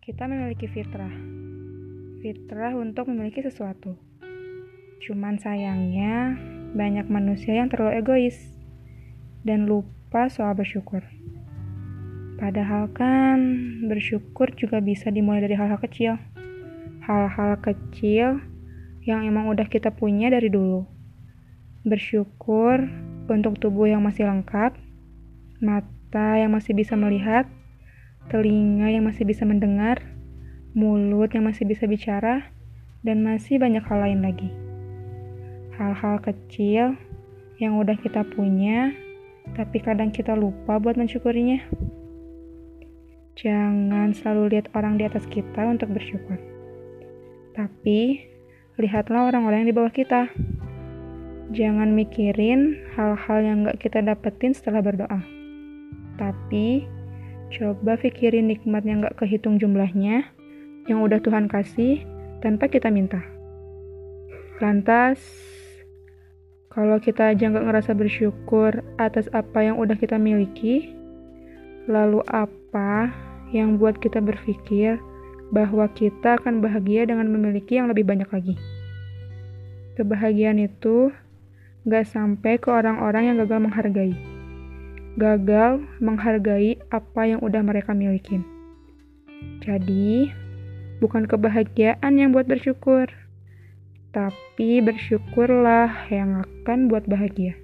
Kita memiliki fitrah untuk memiliki sesuatu. Cuman sayangnya, banyak manusia yang terlalu egois dan lupa soal bersyukur. Padahal kan, bersyukur juga bisa dimulai dari hal-hal kecil. Hal-hal kecil yang emang udah kita punya dari dulu. Bersyukur untuk tubuh yang masih lengkap, mata yang masih bisa melihat, telinga yang masih bisa mendengar, mulut yang masih bisa bicara, dan masih banyak hal lain lagi. Hal-hal kecil yang udah kita punya, tapi kadang kita lupa buat mensyukurinya. Jangan selalu lihat orang di atas kita untuk bersyukur. Tapi, lihatlah orang-orang yang di bawah kita. Jangan mikirin hal-hal yang gak kita dapetin setelah berdoa. Tapi, coba pikirin nikmat yang gak kehitung jumlahnya, yang udah Tuhan kasih tanpa kita minta. Lantas, kalau kita aja gak ngerasa bersyukur atas apa yang udah kita miliki, lalu apa yang buat kita berpikir bahwa kita akan bahagia dengan memiliki yang lebih banyak lagi? Kebahagiaan itu gak sampai ke orang-orang yang gagal menghargai apa yang udah mereka milikin. Jadi, bukan kebahagiaan yang buat bersyukur, tapi bersyukurlah yang akan buat bahagia.